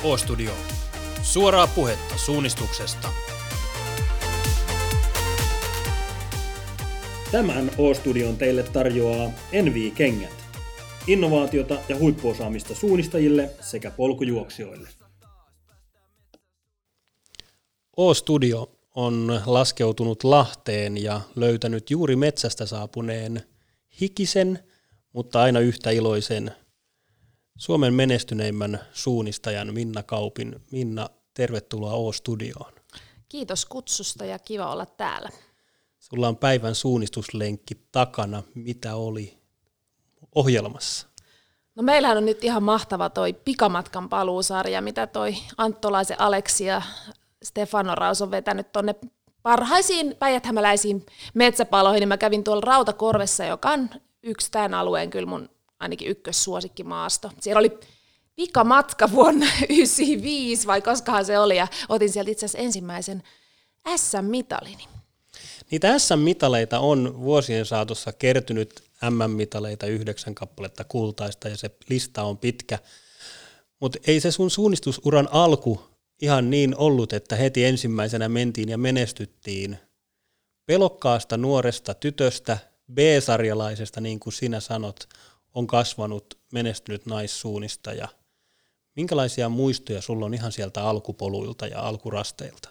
O-Studio. Suoraa puhetta suunnistuksesta. Tämän O-Studion teille tarjoaa Envii-kengät. Innovaatiota ja huippuosaamista suunnistajille sekä polkujuoksijoille. O-Studio on laskeutunut Lahteen ja löytänyt juuri metsästä saapuneen hikisen, mutta aina yhtä iloisen Suomen menestyneimmän suunnistajan Minna Kaupin. Minna, tervetuloa O-Studioon. Kiitos kutsusta ja kiva olla täällä. Sulla on päivän suunnistuslenkki takana. Mitä oli ohjelmassa? No meillähän on nyt ihan mahtava toi pikamatkan paluusarja, mitä toi Anttolaisen Aleksi ja Stefano Raus on vetänyt tonne parhaisiin päijäthämäläisiin metsäpaloihin. Niin mä kävin tuolla Rautakorvessa, joka on yksi tämän alueen kyllä mun ainakin ykkössuosikkimaasto. Siellä oli pikamatka vuonna 1995 vai koskahan se oli, ja otin sieltä itse asiassa ensimmäisen SM-mitalini. Niitä SM-mitaleita on vuosien saatossa kertynyt MM-mitaleita 9 kappaletta kultaista ja se lista on pitkä. Mutta ei se sun suunnistusuran alku ihan niin ollut, että heti ensimmäisenä mentiin ja menestyttiin. Pelokkaasta nuoresta tytöstä, B-sarjalaisesta niin kuin sinä sanot, on kasvanut menestynyt naissuunnistaja. Minkälaisia muistoja sulla on ihan sieltä alkupoluilta ja alkurasteilta?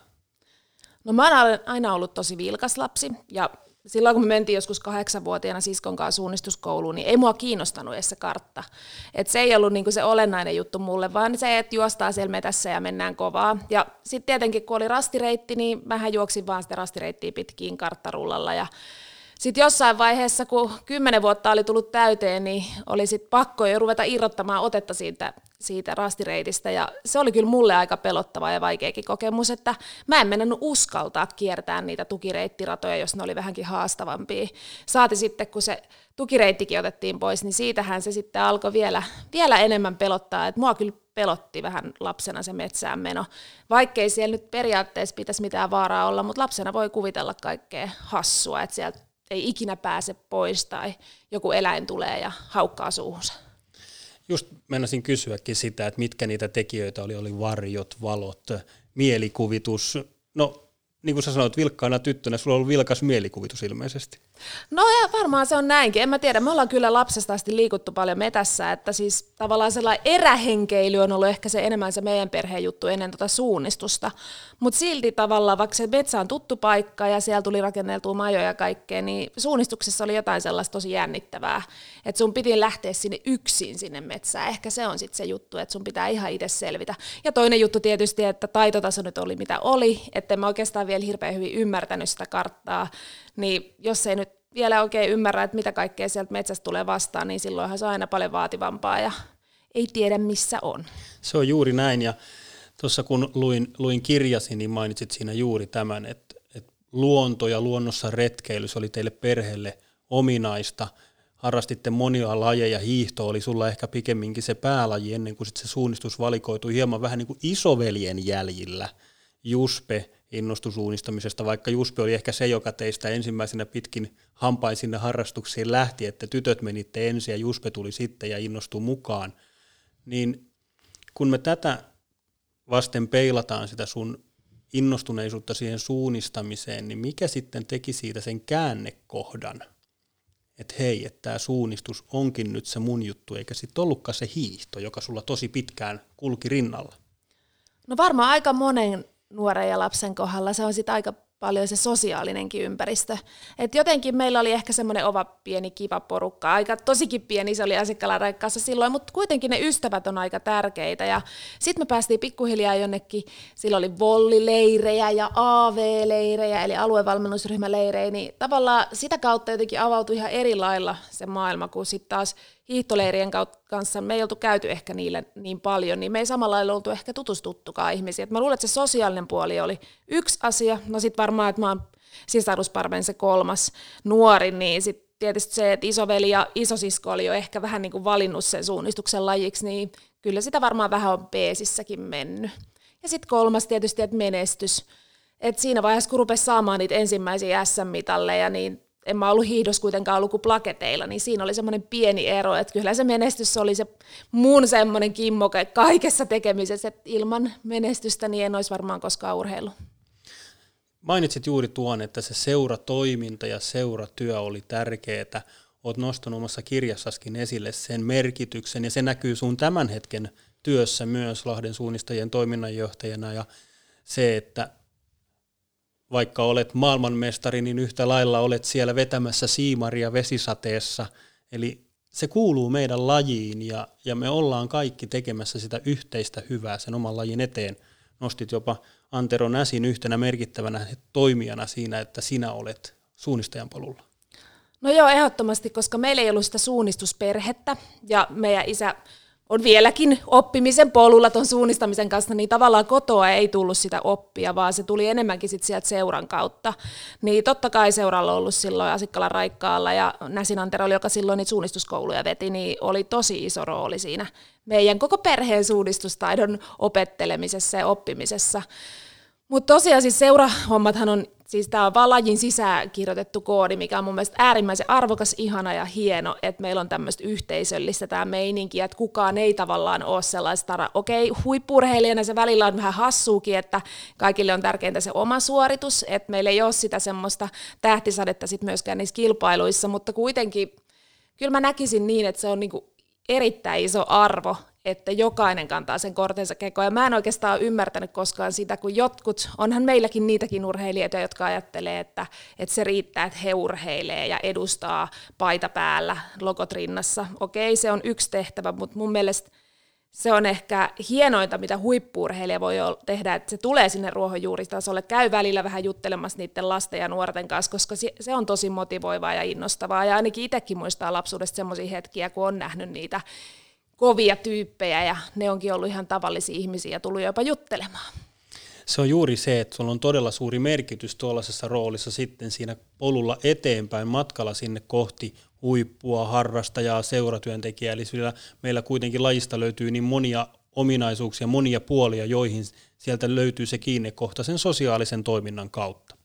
No mä oon aina ollut tosi vilkas lapsi, ja silloin kun me mentiin joskus 8-vuotiaana siskon kanssa suunnistuskouluun, niin ei mua kiinnostanut edes se kartta. Et se ei ollut niinku se olennainen juttu mulle, vaan se, että juostaan siellä metässä ja mennään kovaa. Ja sitten tietenkin kun oli rastireitti, niin mähän juoksin vaan sitä rastireittiä pitkiin karttarullalla. Ja sitten jossain vaiheessa, kun 10 vuotta oli tullut täyteen, niin oli sitten pakko jo ruveta irrottamaan otetta siitä rastireitistä. Ja se oli kyllä mulle aika pelottava ja vaikeakin kokemus, että mä en mennä uskaltaa kiertää niitä tukireittiratoja, jos ne oli vähänkin haastavampia. Saati sitten, kun se tukireittikin otettiin pois, niin siitähän se sitten alkoi vielä enemmän pelottaa. Et mua kyllä pelotti vähän lapsena se metsään meno. Vaikkei siellä nyt periaatteessa pitäisi mitään vaaraa olla, mutta lapsena voi kuvitella kaikkea hassua, että sieltä ei ikinä pääse pois tai joku eläin tulee ja haukkaa suuhunsa. Just meinasin kysyäkin sitä, että mitkä niitä tekijöitä oli varjot, valot, mielikuvitus. No niin kuin sä sanoit, vilkkaana tyttönä, sulla on ollut vilkas mielikuvitus ilmeisesti. No ja varmaan se on näinkin, en mä tiedä, me ollaan kyllä lapsesta asti liikuttu paljon metässä, että siis tavallaan sellainen erähenkeily on ollut ehkä se enemmän se meidän perheen juttu ennen suunnistusta, mutta silti tavallaan, vaikka se metsä on tuttu paikka ja siellä tuli rakenneltua majoja ja kaikkea, niin suunnistuksessa oli jotain sellaista tosi jännittävää, että sun piti lähteä sinne yksin sinne metsään, ehkä se on sitten se juttu, että sun pitää ihan itse selvitä. Ja toinen juttu tietysti, että taitotaso nyt oli mitä oli, että mä oikeastaan vielä hirveän hyvin ymmärtänyt sitä karttaa, niin jos ei nyt vielä oikein ymmärrä, että mitä kaikkea sieltä metsästä tulee vastaan, niin silloinhan se on aina paljon vaativampaa ja ei tiedä missä on. Se on juuri näin, ja tuossa kun luin kirjasi, niin mainitsit siinä juuri tämän, että luonto ja luonnossa retkeily, se oli teille perheelle ominaista. Harrastitte monia lajeja, hiihto oli sulla ehkä pikemminkin se päälaji ennen kuin sit se suunnistus valikoitui hieman vähän niin kuin isoveljen jäljillä. Juspe innostui suunnistamisesta, vaikka Juspe oli ehkä se, joka teistä ensimmäisenä pitkin hampain sinne harrastuksiin lähti, että tytöt menitte ensin ja Juspe tuli sitten ja innostui mukaan. Niin kun me tätä vasten peilataan sitä sun innostuneisuutta siihen suunnistamiseen, niin mikä sitten teki siitä sen käännekohdan? Että hei, että tämä suunnistus onkin nyt se mun juttu, eikä sitten ollutkaan se hiihto, joka sulla tosi pitkään kulki rinnalla. No varmaan aika monen nuoren ja lapsen kohdalla se on sitten aika paljon se sosiaalinenkin ympäristö. Et jotenkin meillä oli ehkä semmoinen oma pieni kiva porukka, aika tosikin pieni se oli Asikkalan Raikkaassa silloin, mutta kuitenkin ne ystävät on aika tärkeitä. Ja sitten me päästiin pikkuhiljaa jonnekin, silloin oli vollileirejä ja AV-leirejä, eli aluevalmennusryhmäleirejä, niin tavallaan sitä kautta jotenkin avautui ihan eri lailla se maailma, kun sitten taas hiihtoleirien kanssa me ei oltu käyty ehkä niille niin paljon, niin me ei samalla lailla oltu ehkä tutustuttukaan ihmisiä. Et mä luulen, että se sosiaalinen puoli oli yksi asia, no sitten varmaan, että mä oon sisarusparven se 3. nuori, niin sitten tietysti se, että isoveli ja isosisko oli jo ehkä vähän niin kuin valinnut sen suunnistuksen lajiksi, niin kyllä sitä varmaan vähän on peesissäkin mennyt. Ja sitten 3. tietysti, että menestys. Et siinä vaiheessa, kun rupesi saamaan niitä ensimmäisiä SM-mitalleja, niin en mä ollut hiihdossa kuitenkaan ollut kuin plaketeilla, niin siinä oli semmoinen pieni ero, että kyllä se menestys oli se mun semmoinen kimmoke kaikessa tekemisessä, että ilman menestystä niin en olisi varmaan koskaan urheillut. Mainitsit juuri tuon, että se seuratoiminta ja seuratyö oli tärkeää. Olet nostanut omassa kirjassaskin esille sen merkityksen, ja se näkyy sun tämän hetken työssä myös Lahden suunnistajien toiminnanjohtajana, ja se, että vaikka olet maailmanmestari, niin yhtä lailla olet siellä vetämässä siimaria vesisateessa, eli se kuuluu meidän lajiin, ja me ollaan kaikki tekemässä sitä yhteistä hyvää sen oman lajin eteen. Nostit jopa Antero Näsin yhtenä merkittävänä toimijana siinä, että sinä olet suunnistajan polulla. No joo, ehdottomasti, koska meillä ei ollut sitä suunnistusperhettä, ja meidän isä on vieläkin oppimisen polulla tuon suunnistamisen kanssa, niin tavallaan kotoa ei tullut sitä oppia, vaan se tuli enemmänkin sit sieltä seuran kautta. Niin totta kai seuralla on ollut silloin Asikkalan Raikkaalla, ja Näsin Antero, joka silloin niitä suunnistuskouluja veti, niin oli tosi iso rooli siinä meidän koko perheen suunnistustaidon opettelemisessa ja oppimisessa. Mutta tosiaan siis seurahommathan on, siis tämä on vaan lajin sisään kirjoitettu koodi, mikä on mun mielestä äärimmäisen arvokas, ihana ja hieno, että meillä on tämmöistä yhteisöllistä tämä meininki, että kukaan ei tavallaan ole sellaista, huippu-urheilijana se välillä on vähän hassuukin, että kaikille on tärkeintä se oma suoritus, että meillä ei ole sitä semmoista tähtisadetta sit myöskään niissä kilpailuissa, mutta kuitenkin kyllä mä näkisin niin, että se on niinku erittäin iso arvo, että jokainen kantaa sen kortensa kekoon. Ja mä en oikeastaan ole ymmärtänyt koskaan sitä, kun jotkut, onhan meilläkin niitäkin urheilijoita, jotka ajattelee, että se riittää, että he urheilee ja edustaa paita päällä, logot rinnassa. Okei, se on yksi tehtävä, mutta mun mielestä se on ehkä hienointa, mitä huippu-urheilija voi tehdä, että se tulee sinne ruohonjuuritasolle, käy välillä vähän juttelemassa niiden lasten ja nuorten kanssa, koska se on tosi motivoivaa ja innostavaa. Ja ainakin itsekin muistaa lapsuudesta semmoisia hetkiä, kun on nähnyt niitä kovia tyyppejä, ja ne onkin ollut ihan tavallisia ihmisiä ja tullut jopa juttelemaan. Se on juuri se, että sulla on todella suuri merkitys tuollaisessa roolissa sitten siinä polulla eteenpäin matkalla sinne kohti huippua, harrastajaa, seuratyöntekijää, eli meillä kuitenkin lajista löytyy niin monia ominaisuuksia, monia puolia, joihin sieltä löytyy se kiinnekohta sen sosiaalisen toiminnan kautta.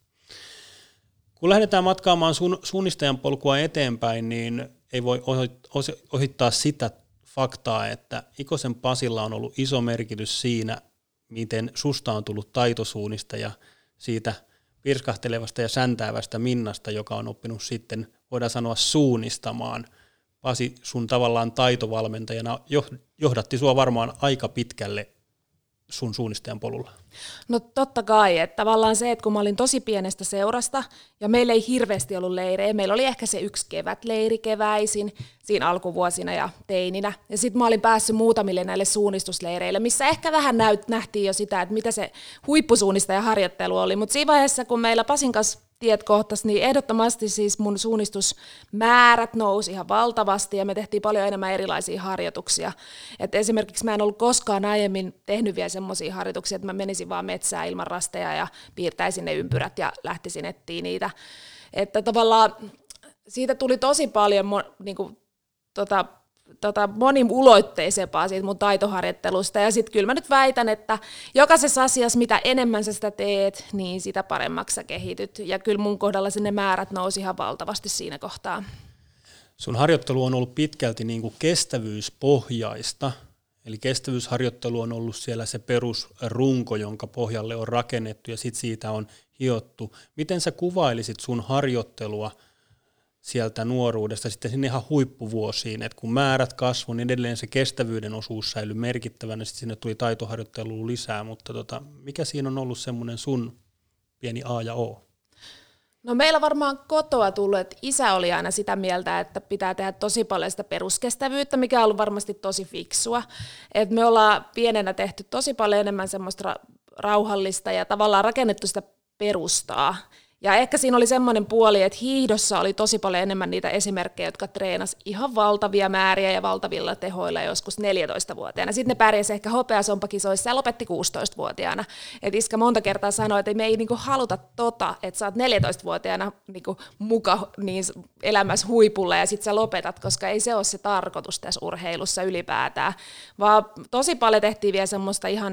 Kun lähdetään matkaamaan suunnistajan polkua eteenpäin, niin ei voi ohittaa sitä faktaa, että Ikosen Pasilla on ollut iso merkitys siinä, miten susta on tullut taitosuunnistaja siitä pirskahtelevasta ja säntäävästä Minnasta, joka on oppinut sitten, voidaan sanoa, suunnistamaan. Pasi, sun tavallaan taitovalmentajana johdatti sua varmaan aika pitkälle sun suunnistajan polulla. No totta kai, että tavallaan se, että kun mä olin tosi pienestä seurasta ja meillä ei hirveästi ollut leirejä, meillä oli ehkä se yksi kevätleiri keväisin siinä alkuvuosina ja teininä, ja sitten mä olin päässyt muutamille näille suunnistusleireille, missä ehkä vähän nähtiin jo sitä, että mitä se huippusuunnistajaharjoittelu oli, mutta siinä vaiheessa, kun meillä Pasin kanssa tiet kohtas, niin ehdottomasti siis mun suunnistusmäärät nousi ihan valtavasti ja me tehtiin paljon enemmän erilaisia harjoituksia. Et esimerkiksi mä en ollut koskaan aiemmin tehnyt vielä semmoisia harjoituksia, että mä menisin vaan metsään ilman rasteja ja piirtäisin ne ympyrät ja lähtisin etsiä niitä. Että tavallaan siitä tuli tosi paljon moniulotteisempaa siitä mun taitoharjoittelusta, ja sitten kyllä mä nyt väitän, että jokaisessa asiassa, mitä enemmän sä sitä teet, niin sitä paremmaksi sä kehityt, ja kyllä mun kohdalla sinne määrät nousi ihan valtavasti siinä kohtaa. Sun harjoittelu on ollut pitkälti niin kuin kestävyyspohjaista, eli kestävyysharjoittelu on ollut siellä se perusrunko, jonka pohjalle on rakennettu, ja sitten siitä on hiottu. Miten sä kuvailisit sun harjoittelua sieltä nuoruudesta sitten sinne ihan huippuvuosiin, että kun määrät kasvoi, niin edelleen se kestävyyden osuus säilyi merkittävänä, sitten sinne tuli taitoharjoittelua lisää, mutta mikä siinä on ollut semmoinen sun pieni A ja O? No meillä varmaan kotoa tullut, että isä oli aina sitä mieltä, että pitää tehdä tosi paljon sitä peruskestävyyttä, mikä on ollut varmasti tosi fiksua. Et me ollaan pienenä tehty tosi paljon enemmän semmoista rauhallista ja tavallaan rakennettu sitä perustaa. Ja ehkä siinä oli semmoinen puoli, että hiihdossa oli tosi paljon enemmän niitä esimerkkejä, jotka treenasi ihan valtavia määriä ja valtavilla tehoilla joskus 14-vuotiaana. Sitten ne pärjäsi ehkä hopeasonpakisoissa ja lopetti 16-vuotiaana. Et iskä monta kertaa sanoi, että me ei niinku haluta että sä oot 14-vuotiaana niinku muka niin elämässä huipulla ja sit sä lopetat, koska ei se ole se tarkoitus tässä urheilussa ylipäätään. Vaan tosi paljon tehtiin vielä semmoista ihan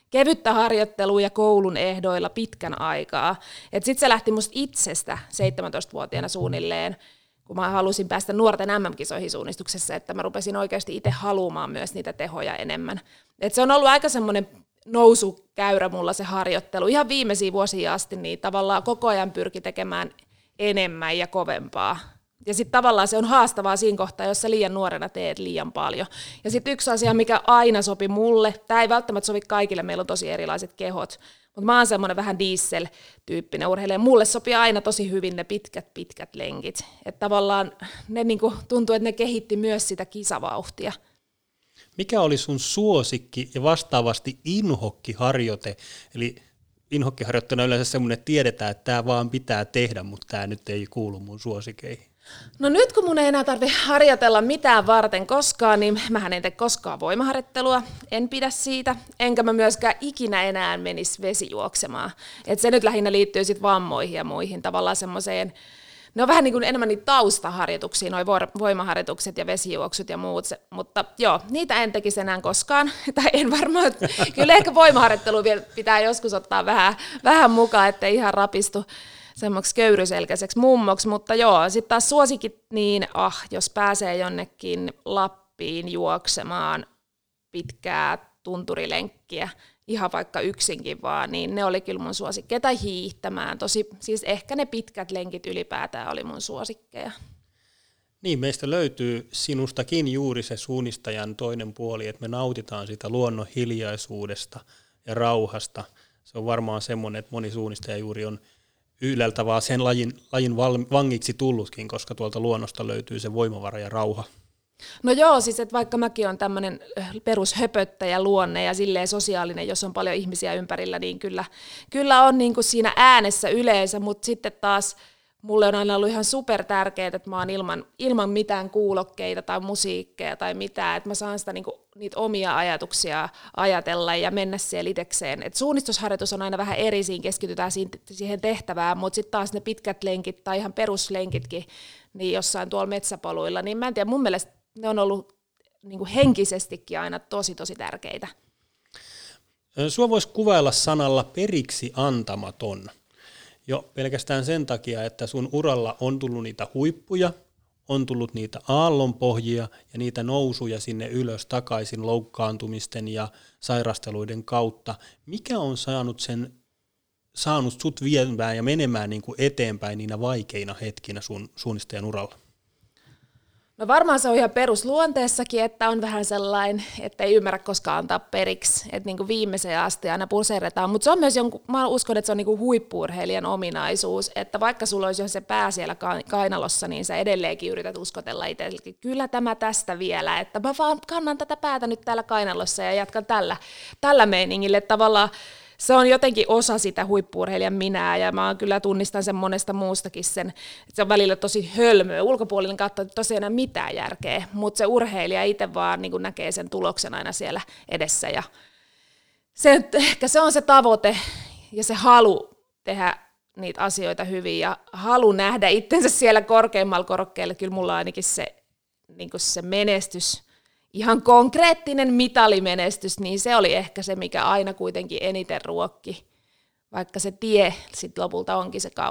kevyttä harjoittelua ja koulun ehdoilla pitkän aikaa. Sitten se lähti musta itsestä 17-vuotiaana suunnilleen, kun mä halusin päästä nuorten MM-kisoihin suunnistuksessa, että mä rupesin oikeasti itse haluamaan myös niitä tehoja enemmän. Se on ollut aika semmoinen nousukäyrä mulla se harjoittelu. Ihan viimeisiin vuosiin asti niin tavallaan koko ajan pyrki tekemään enemmän ja kovempaa. Ja sitten tavallaan se on haastavaa siinä kohtaa, jos sä liian nuorena teet liian paljon. Ja sitten yksi asia, mikä aina sopi mulle, tämä ei välttämättä sovi kaikille, meillä on tosi erilaiset kehot, mutta mä oon semmoinen vähän diesel-tyyppinen urheilija. Mulle sopii aina tosi hyvin ne pitkät lenkit. Että tavallaan ne niinku tuntuu, että ne kehitti myös sitä kisavauhtia. Mikä oli sun suosikki ja vastaavasti inhokkiharjoite? Eli inhokkiharjoitteena on yleensä semmoinen, että tiedetään, että tämä vaan pitää tehdä, mutta tämä nyt ei kuulu mun suosikeihin. No nyt kun mun ei enää tarvitse harjoitella mitään varten koskaan, niin mähän en tee koskaan voimaharjoittelua, en pidä siitä, enkä mä myöskään ikinä enää menisi vesijuoksemaan. Et se nyt lähinnä liittyy sitten vammoihin ja muihin tavallaan semmoiseen, ne on vähän niin kuin enemmän niitä taustaharjoituksia, noi voimaharjoitukset ja vesijuoksut ja muut, mutta joo, niitä en tekisi enää koskaan, tai en varmaan, kyllä ehkä voimaharjoittelu vielä pitää joskus ottaa vähän mukaan, ettei ihan rapistu semmoiksi köyryselkäiseksi mummoksi, mutta joo, sitten taas suosikit, niin jos pääsee jonnekin Lappiin juoksemaan pitkää tunturilenkkiä, ihan vaikka yksinkin vaan, niin ne oli kyllä mun suosikkeja, tai hiihtämään, siis ehkä ne pitkät lenkit ylipäätään oli mun suosikkeja. Niin, meistä löytyy sinustakin juuri se suunnistajan toinen puoli, että me nautitaan sitä luonnon hiljaisuudesta ja rauhasta. Se on varmaan semmoinen, että moni suunnistaja juuri on Yleltä vaan sen lajin vangiksi tullutkin, koska tuolta luonnosta löytyy se voimavara ja rauha. No joo, siis että vaikka mäkin olen tämmöinen perushöpöttäjä luonne ja silleen sosiaalinen, jos on paljon ihmisiä ympärillä, niin kyllä on niin kuin siinä äänessä yleensä, mutta sitten taas mulle on aina ollut ihan super tärkeää, että mä oon ilman mitään kuulokkeita tai musiikkeja tai mitään, että mä saan sitä niitä omia ajatuksia ajatella ja mennä siellä itsekseen. Et suunnistusharjoitus on aina vähän eri, siinä keskitytään siihen tehtävään, mutta sitten taas ne pitkät lenkit tai ihan peruslenkitkin niin jossain tuolla metsäpoluilla, niin mä en tiedä, mun mielestä ne on ollut niin henkisestikin aina tosi tärkeitä. Sua voisi kuvailla sanalla periksi antamaton. Jo pelkästään sen takia, että sun uralla on tullut niitä huippuja, on tullut niitä aallonpohjia ja niitä nousuja sinne ylös takaisin loukkaantumisten ja sairasteluiden kautta. Mikä on saanut sut viemään ja menemään niin kuin eteenpäin niinä vaikeina hetkinä sun suunnistajan uralla? No varmaan se on ihan perusluonteessakin, että on vähän sellainen, että ei ymmärrä koskaan antaa periksi, että niin kuin viimeiseen asti aina puserretaan, mutta se on myös mä uskon, että se on niin kuin huippu-urheilijan ominaisuus, että vaikka sulla olisi jo se pää siellä kainalossa, niin sä edelleenkin yrität uskotella itsellekin, kyllä tämä tästä vielä, että mä vaan kannan tätä päätä nyt täällä kainalossa ja jatkan tällä meiningillä, että tavallaan se on jotenkin osa sitä huippu-urheilijan minää, ja mä kyllä tunnistan sen monesta muustakin sen, se on välillä tosi hölmöä. Ulkopuolinen katsoo, että tosiaan enää mitään järkeä, mutta se urheilija itse vaan niin kuin näkee sen tuloksen aina siellä edessä, ja ehkä se on se tavoite ja se halu tehdä niitä asioita hyvin, ja halu nähdä itsensä siellä korkeimmalla korokkeella. Kyllä mulla on ainakin se, niin kuin se menestys, ihan konkreettinen mitalimenestys, niin se oli ehkä se, mikä aina kuitenkin eniten ruokki, vaikka se tie sitten lopulta onkin se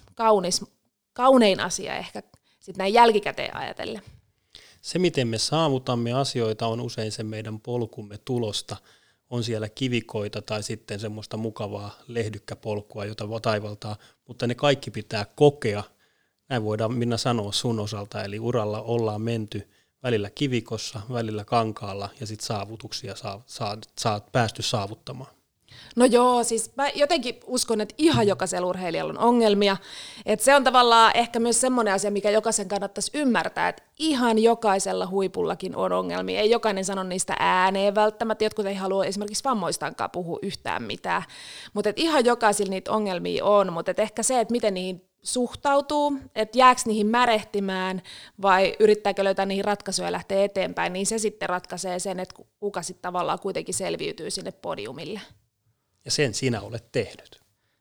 kaunein asia ehkä sitten näin jälkikäteen ajatellen. Se, miten me saavutamme asioita, on usein se meidän polkumme tulosta. On siellä kivikoita tai sitten semmoista mukavaa lehdykkäpolkua, jota taivaltaa, mutta ne kaikki pitää kokea. Näin voidaan Minna sanoa sun osalta, eli uralla ollaan menty välillä kivikossa, välillä kankaalla ja sitten saavutuksia saat päästy saavuttamaan. No joo, siis mä jotenkin uskon, että ihan jokaisella urheilijalla on ongelmia. Että se on tavallaan ehkä myös semmoinen asia, mikä jokaisen kannattaisi ymmärtää, että ihan jokaisella huipullakin on ongelmia. Ei jokainen sano niistä ääneen välttämättä, jotkut ei halua esimerkiksi vammoistaankaan puhua yhtään mitään. Mutta ihan jokaisilla niitä ongelmia on, mutta ehkä se, että miten niihin suhtautuu, että jääkö niihin märehtimään vai yrittääkö löytää niihin ratkaisuja ja lähteä eteenpäin, niin se sitten ratkaisee sen, että kuka sitten tavallaan kuitenkin selviytyy sinne podiumille. Ja sen sinä olet tehnyt.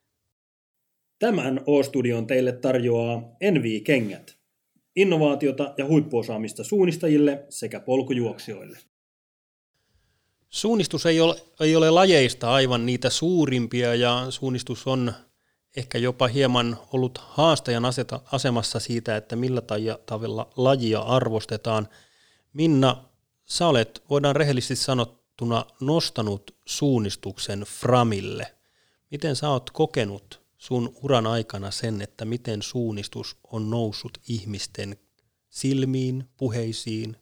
Tämän O-studion teille tarjoaa NV-kengät. Innovaatiota ja huippuosaamista suunnistajille sekä polkujuoksijoille. Suunnistus ei ole lajeista aivan niitä suurimpia, ja suunnistus on ehkä jopa hieman ollut haastajan asemassa siitä, että millä tavalla lajia arvostetaan. Minna, sä olet, voidaan rehellisesti sanottuna, nostanut suunnistuksen framille. Miten sä oot kokenut sun uran aikana sen, että miten suunnistus on noussut ihmisten silmiin, puheisiin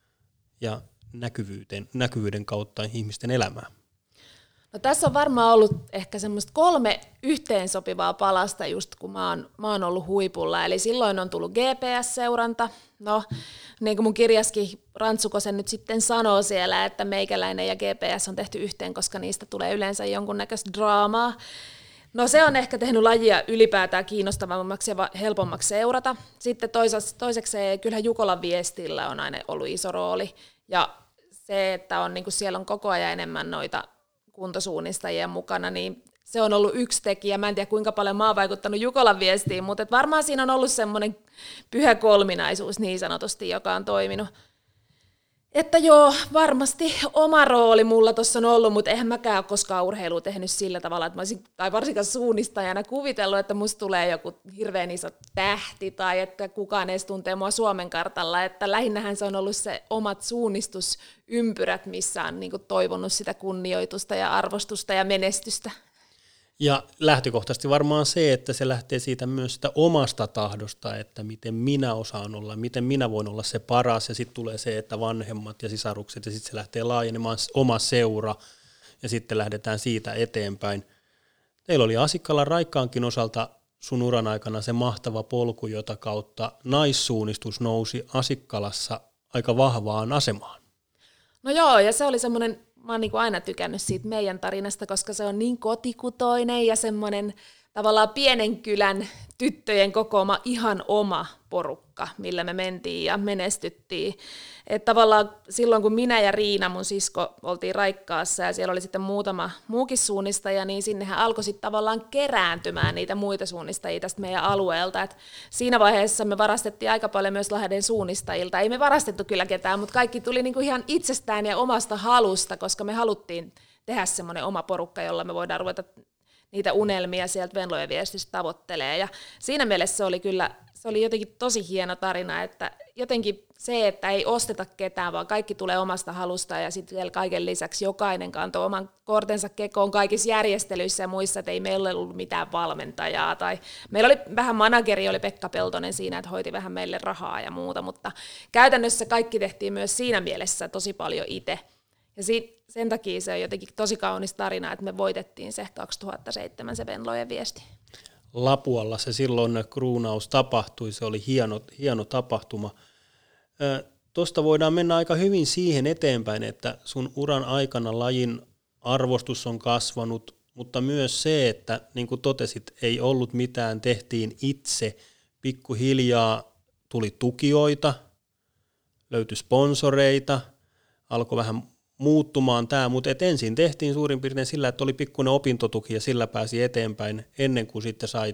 ja näkyvyyden kautta ihmisten elämään? No tässä on varmaan ollut ehkä semmoista 3 yhteensopivaa palasta just kun mä oon ollut huipulla. Eli silloin on tullut GPS-seuranta. No niin kuin mun kirjaskin Rantsuko sen nyt sitten sanoo siellä, että meikäläinen ja GPS on tehty yhteen, koska niistä tulee yleensä jonkunnäköistä draamaa. No se on ehkä tehnyt lajia ylipäätään kiinnostavammaksi ja helpommaksi seurata. Sitten toiseksi kyllähän Jukolan viestillä on aina ollut iso rooli. Ja se, että on, niin kuin siellä on koko ajan enemmän noita kuntosuunnistajia mukana, niin se on ollut yksi tekijä. Mä en tiedä, kuinka paljon mä oon vaikuttanut Jukolan viestiin, mutta varmaan siinä on ollut semmoinen pyhä kolminaisuus niin sanotusti, joka on toiminut. Että joo, varmasti oma rooli mulla tuossa on ollut, mutta eihän mäkään ole koskaan urheilua tehnyt sillä tavalla, että mä olisin, tai varsinkaan suunnistajana kuvitellut, että musta tulee joku hirveän iso tähti tai että kukaan edes tuntee mua Suomen kartalla. Että lähinnähän se on ollut se omat suunnistusympyrät, missä on niin kuin toivonut sitä kunnioitusta ja arvostusta ja menestystä. Ja lähtökohtaisesti varmaan se, että se lähtee siitä myös sitä omasta tahdosta, että miten minä osaan olla, miten minä voin olla se paras, ja sitten tulee se, että vanhemmat ja sisarukset, ja sitten se lähtee laajenemaan oma seura, ja sitten lähdetään siitä eteenpäin. Teillä oli Asikkalan Raikkaankin osalta sun uran aikana se mahtava polku, jota kautta naissuunnistus nousi Asikkalassa aika vahvaan asemaan. No joo, ja se oli semmoinen, mä oon niin kuin aina tykännyt siitä meidän tarinasta, koska se on niin kotikutoinen ja semmoinen tavallaan pienen kylän tyttöjen kokoama ihan oma porukka, millä me mentiin ja menestyttiin. Että tavallaan silloin, kun minä ja Riina, mun sisko, oltiin Raikkaassa ja siellä oli sitten muutama muukin suunnistaja, niin sinnehän alkoi sitten tavallaan kerääntymään niitä muita suunnistajia tästä meidän alueelta. Et siinä vaiheessa me varastettiin aika paljon myös Lahden suunnistajilta. Ei me varastettu kyllä ketään, mutta kaikki tuli niinku ihan itsestään ja omasta halusta, koska me haluttiin tehdä semmoinen oma porukka, jolla me voidaan ruveta niitä unelmia sieltä Venlojen viestistä tavoittelee. Ja siinä mielessä se oli jotenkin tosi hieno tarina, että jotenkin se, että ei osteta ketään, vaan kaikki tulee omasta halusta ja sitten vielä kaiken lisäksi jokainen kantoi oman kortensa kekoon kaikissa järjestelyissä ja muissa, että ei meillä ollut mitään valmentajaa. Tai meillä oli vähän manageri, oli Pekka Peltonen siinä, että hoiti vähän meille rahaa ja muuta, mutta käytännössä kaikki tehtiin myös siinä mielessä tosi paljon itse. Ja sen takia se on jotenkin tosi kaunis tarina, että me voitettiin se 2007 se Venlojen viesti. Lapualla se silloin kruunaus tapahtui, se oli hieno tapahtuma. Tuosta voidaan mennä aika hyvin siihen eteenpäin, että sun uran aikana lajin arvostus on kasvanut, mutta myös se, että niin kuin totesit, ei ollut mitään, tehtiin itse. Pikkuhiljaa tuli tukijoita, löytyi sponsoreita, alkoi vähän muuttumaan tämä, mutta ensin tehtiin suurin piirtein sillä, että oli pikkuinen opintotuki ja sillä pääsi eteenpäin ennen kuin sitten sait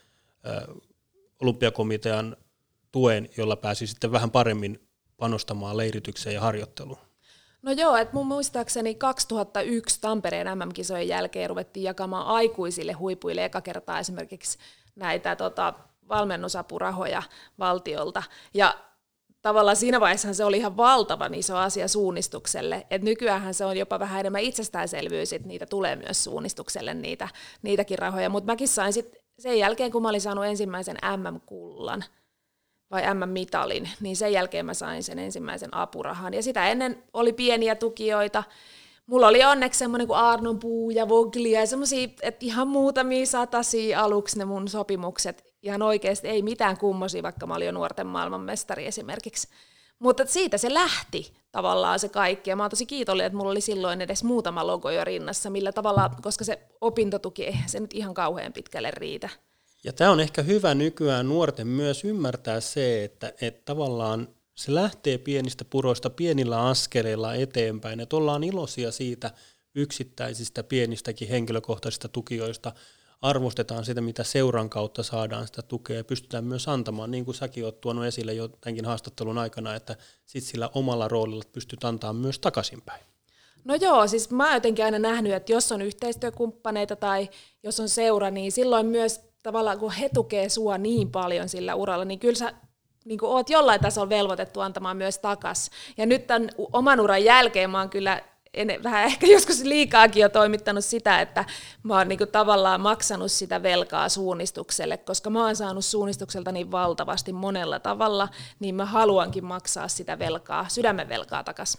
olympiakomitean tuen, jolla pääsi sitten vähän paremmin panostamaan leiritykseen ja harjoitteluun. No joo, että mun muistaakseni 2001 Tampereen MM-kisojen jälkeen ruvettiin jakamaan aikuisille huipuille eka kertaa esimerkiksi näitä valmennusapurahoja valtiolta ja tavallaan siinä vaiheessa se oli ihan valtavan iso asia suunnistukselle, että nykyäänhän se on jopa vähän enemmän itsestäänselvyys, että niitä tulee myös suunnistukselle niitäkin rahoja, mutta mäkin sain sitten sen jälkeen, kun mä olin saanut ensimmäisen MM-kullan vai MM-mitalin, niin sen jälkeen mä sain sen ensimmäisen apurahan ja sitä ennen oli pieniä tukijoita. Mulla oli onneksi semmoinen kuin Arnon Puu ja Voglia ja semmoisia, että ihan muutamia satasia aluksi ne mun sopimukset. Ihan oikeasti ei mitään kummosia, vaikka mä olin jo nuorten maailmanmestari esimerkiksi. Mutta siitä se lähti tavallaan se kaikki. Ja mä oon tosi kiitollinen, että mulla oli silloin edes muutama logo jo rinnassa, millä tavalla, koska se opintotuki, eihän se nyt ihan kauhean pitkälle riitä. Ja tämä on ehkä hyvä nykyään nuorten myös ymmärtää se, että tavallaan se lähtee pienistä puroista pienillä askeleilla eteenpäin, että ollaan iloisia siitä yksittäisistä pienistäkin henkilökohtaisista tukijoista, arvostetaan sitä, mitä seuran kautta saadaan sitä tukea ja pystytään myös antamaan, niin kuin säkin olet tuonut esille jo tämänkin haastattelun aikana, että sit sillä omalla roolilla pystyt antamaan myös takaisinpäin. No joo, siis mä oon jotenkin aina nähnyt, että jos on yhteistyökumppaneita tai jos on seura, niin silloin myös tavallaan kun he tukee sua niin paljon sillä uralla, niin kyllä sä niin kuin oot jollain tasolla velvoitettu antamaan myös takas. Ja nyt tämän oman uran jälkeen mä oon kyllä vähän ehkä joskus liikaakin jo toimittanut sitä, että mä oon niin kuin tavallaan maksanut sitä velkaa suunnistukselle, koska mä oon saanut suunnistukselta niin valtavasti monella tavalla, niin mä haluankin maksaa sitä velkaa, sydämen velkaa takaisin.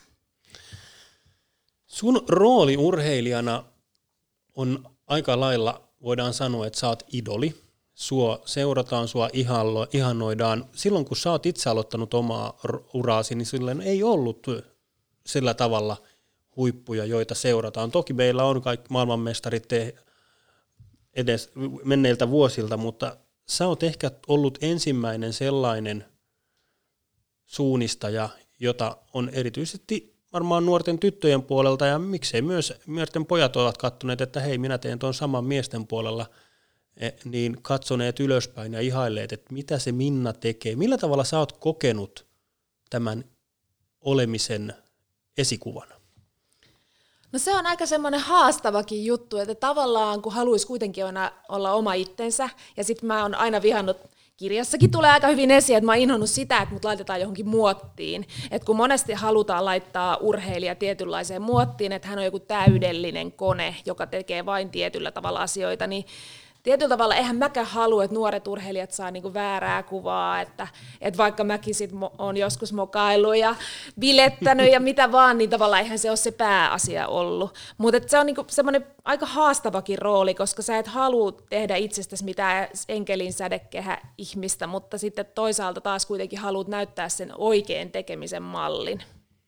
Sun rooli urheilijana on aika lailla, voidaan sanoa, että sä oot idoli. Sua seurataan, sua ihannoidaan. Silloin kun sä oot itse aloittanut omaa uraasi, niin silloin ei ollut sillä tavalla huippuja, joita seurataan. Toki meillä on kaikki maailmanmestarit edes menneiltä vuosilta, mutta sä oot ehkä ollut ensimmäinen sellainen suunnistaja, jota on erityisesti varmaan nuorten tyttöjen puolelta ja miksei myös nuorten pojat ovat katsoneet, että hei, minä teen tuon saman miesten puolella, niin katsoneet ylöspäin ja ihailleet, että mitä se Minna tekee. Millä tavalla sä oot kokenut tämän olemisen esikuvana? No se on aika semmoinen haastavakin juttu, että tavallaan kun haluaisi kuitenkin olla oma itsensä, ja sitten mä oon aina vihannut, kirjassakin tulee aika hyvin esiin, että mä oon inhonnut sitä, että mut laitetaan johonkin muottiin. Että kun monesti halutaan laittaa urheilija tietynlaiseen muottiin, että hän on joku täydellinen kone, joka tekee vain tietyllä tavalla asioita, niin tietyllä tavalla eihän mäkään halua, että nuoret urheilijat saa niinku väärää kuvaa, että vaikka mäkin sit on joskus mokaillut ja bilettänyt ja mitä vaan, niin tavallaan eihän se ole se pääasia ollut. Mutta se on niinku semmoinen aika haastavakin rooli, koska sä et halua tehdä itsestäsi mitään enkelin sädekehä ihmistä, mutta sitten toisaalta taas kuitenkin haluat näyttää sen oikean tekemisen mallin.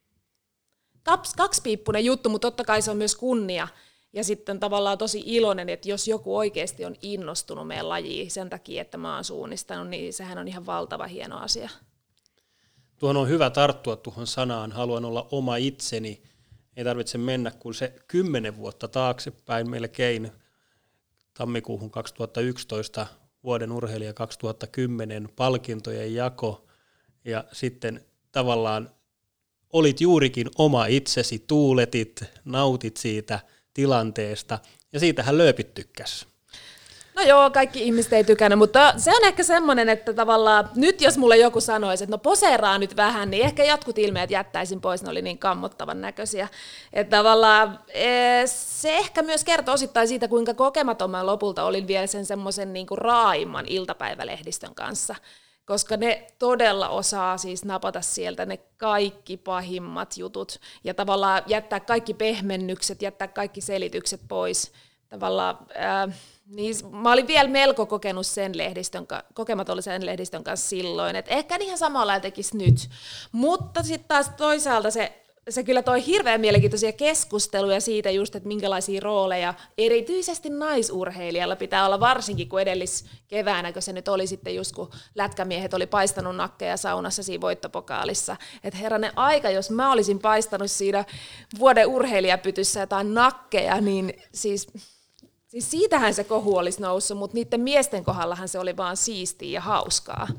Kaksipiippunen juttu, mutta totta kai se on myös kunnia. Ja sitten tavallaan tosi iloinen, että jos joku oikeasti on innostunut meidän lajiin sen takia, että mä oon suunnistanut, niin sehän on ihan valtava hieno asia. Tuohon on hyvä tarttua tuohon sanaan, haluan olla oma itseni. Ei tarvitse mennä kuin se 10 vuotta taaksepäin melkein tammikuuhun 2011, vuoden urheilija 2010, palkintojen jako ja sitten tavallaan olit juurikin oma itsesi, tuuletit, nautit siitä tilanteesta, ja siitähän lööpit tykkäs. No joo, kaikki ihmiset ei tykännyt, mutta se on ehkä semmoinen, että tavallaan nyt jos mulle joku sanoisi, että no poseeraa nyt vähän, niin ehkä jotkut ilmeet jättäisin pois, ne oli niin kammottavan näköisiä. Että tavallaan se ehkä myös kertoo osittain siitä, kuinka kokematon mä lopulta olin vielä sen semmoisen niin kuin raaimman iltapäivälehdistön kanssa. Koska ne todella osaa siis napata sieltä ne kaikki pahimmat jutut ja tavallaan jättää kaikki pehmennykset, jättää kaikki selitykset pois. Tavallaan, niin mä olin vielä melko kokematon sen lehdistön kanssa silloin, että ehkä ihan samalla tekisi nyt. Mutta sitten taas toisaalta se kyllä toi hirveän mielenkiintoisia keskusteluja siitä just, että minkälaisia rooleja erityisesti naisurheilijalla pitää olla, varsinkin kun edelliskeväänä, kun se nyt oli sitten just kun lätkämiehet oli paistanut nakkeja saunassa siinä voittopokaalissa. Että herranen aika, jos mä olisin paistanut siinä vuoden urheilijapytyssä jotain nakkeja, niin siis siitähän se kohu olisi noussut, mutta niiden miesten kohdallahan se oli vaan siistiä ja hauskaa.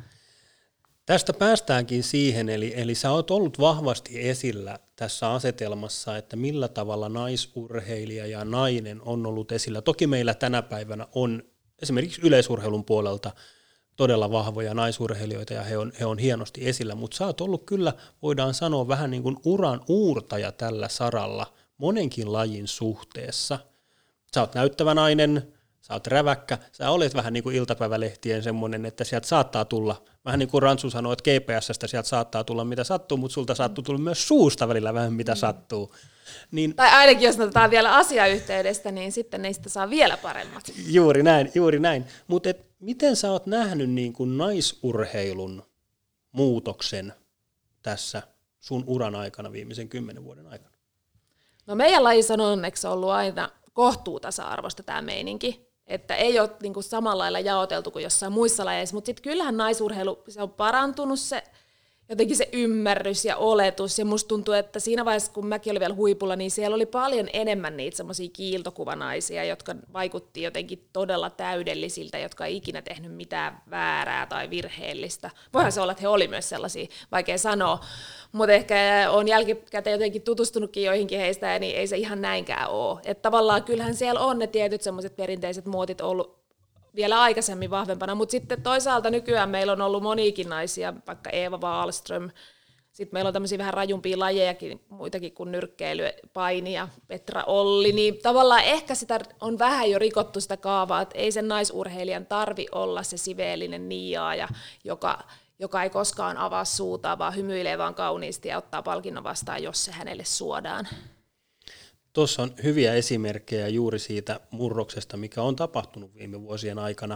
Tästä päästäänkin siihen, eli sä oot ollut vahvasti esillä tässä asetelmassa, että millä tavalla naisurheilija ja nainen on ollut esillä. Toki meillä tänä päivänä on esimerkiksi yleisurheilun puolelta todella vahvoja naisurheilijoita ja he on hienosti esillä, mutta sä oot ollut kyllä, voidaan sanoa, vähän niin kuin uran uurtaja tällä saralla monenkin lajin suhteessa. Sä oot näyttävä nainen, sä oot räväkkä, sä olet vähän niin kuin iltapäivälehtien semmoinen, että sieltä saattaa tulla, vähän niin kuin Rantsu sanoi, että GPS:stä sieltä saattaa tulla mitä sattuu, mutta sulta saattaa tulla myös suusta välillä vähän mitä sattuu. Niin, tai ainakin jos otetaan vielä asiayhteydestä, niin sitten niistä saa vielä paremmat. Juuri näin. Mutta miten sä oot nähnyt niin kuin naisurheilun muutoksen tässä sun uran aikana viimeisen 10 vuoden aikana? No meidän lajissa on onneksi ollut aina kohtuutasa-arvosta tämä meininki, että ei ole niin kuin samalla lailla jaoteltu kuin jossain muissa lajeissa, mutta sitten kyllähän naisurheilu, se on parantunut se jotenkin se ymmärrys ja oletus, ja musta tuntuu, että siinä vaiheessa, kun mäkin olin vielä huipulla, niin siellä oli paljon enemmän niitä semmoisia kiiltokuvanaisia, jotka vaikutti jotenkin todella täydellisiltä, jotka ei ikinä tehnyt mitään väärää tai virheellistä. Voihan se olla, että he oli myös sellaisia, vaikea sanoa, mutta ehkä on jälkikäteen jotenkin tutustunutkin joihinkin heistä, niin ei se ihan näinkään ole. Että tavallaan kyllähän siellä on ne tietyt semmoiset perinteiset muotit ollut vielä aikaisemmin vahvempana, mutta sitten toisaalta nykyään meillä on ollut moniakin naisia, vaikka Eeva Wahlström, sitten meillä on tämmöisiä vähän rajumpia lajejakin, muitakin kuin nyrkkeily, paini ja Petra Olli, niin tavallaan ehkä sitä on vähän jo rikottu sitä kaavaa, että ei sen naisurheilijan tarvi olla se siveellinen niiaaja, joka ei koskaan avaa suutaan, vaan hymyilee vaan kauniisti ja ottaa palkinnon vastaan, jos se hänelle suodaan. Tuossa on hyviä esimerkkejä juuri siitä murroksesta, mikä on tapahtunut viime vuosien aikana.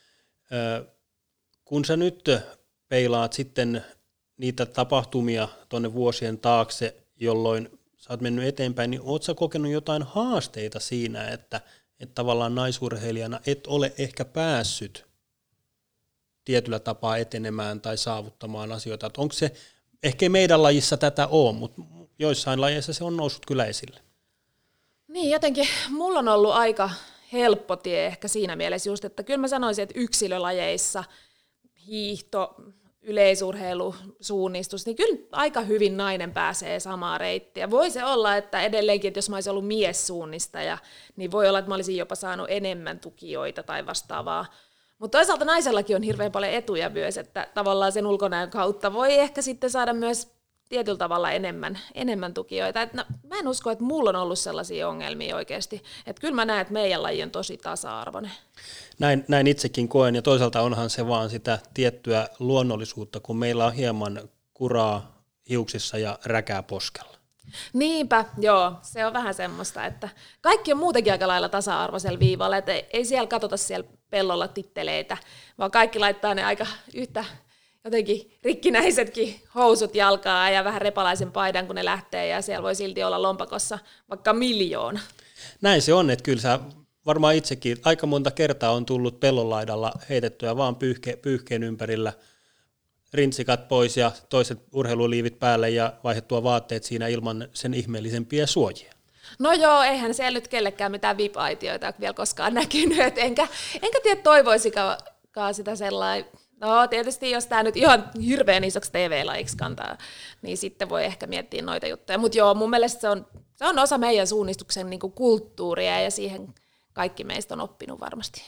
Kun sä nyt peilaat sitten niitä tapahtumia tuonne vuosien taakse, jolloin sä oot mennyt eteenpäin, niin oot sä kokenut jotain haasteita siinä, että tavallaan naisurheilijana et ole ehkä päässyt tietyllä tapaa etenemään tai saavuttamaan asioita. Onko se, ehkä meidän lajissa tätä ole, mutta joissain lajeissa se on noussut kyllä esille. Niin, jotenkin mulla on ollut aika helppo tie ehkä siinä mielessä just, että kyllä mä sanoisin, että yksilölajeissa, hiihto, yleisurheilu, suunnistus, niin kyllä aika hyvin nainen pääsee samaa reittiä. Voi se olla, että edelleenkin, että jos mä olisin ollut miessuunnistaja, niin voi olla, että mä olisin jopa saanut enemmän tukijoita tai vastaavaa. Mutta toisaalta naisellakin on hirveän paljon etuja myös, että tavallaan sen ulkonäön kautta voi ehkä sitten saada myös tietyllä tavalla enemmän tukijoita. Mä en usko, että mulla on ollut sellaisia ongelmia oikeasti. Että kyllä mä näen, että meidän laji on tosi tasa-arvoinen. Näin itsekin koen, ja toisaalta onhan se vaan sitä tiettyä luonnollisuutta, kun meillä on hieman kuraa hiuksissa ja räkää poskella. Niinpä, joo, se on vähän semmoista, että kaikki on muutenkin aika lailla tasa-arvoisella viivalla, että ei siellä katsota siellä pellolla titteleitä, vaan kaikki laittaa ne aika yhtä jotenkin rikkinäisetkin housut jalkaa ja vähän repalaisen paidan, kun ne lähtee, ja siellä voi silti olla lompakossa vaikka 1 000 000. Näin se on, että kyllä sä varmaan itsekin aika monta kertaa on tullut pellonlaidalla heitettyä vaan pyyhkeen ympärillä, rintsikat pois ja toiset urheiluliivit päälle ja vaihdettua vaatteet siinä ilman sen ihmeellisempiä suojia. No joo, eihän siellä nyt kellekään mitään VIP-aitioita vielä koskaan näkynyt, enkä tiedä toivoisikaan sitä sellainen. No tietysti, jos tämä nyt ihan hirveän isoksi TV-lajiksi kantaa, niin sitten voi ehkä miettiä noita juttuja. Mutta joo, mun mielestä se on osa meidän suunnistuksen niinku kulttuuria, ja siihen kaikki meistä on oppinut varmasti.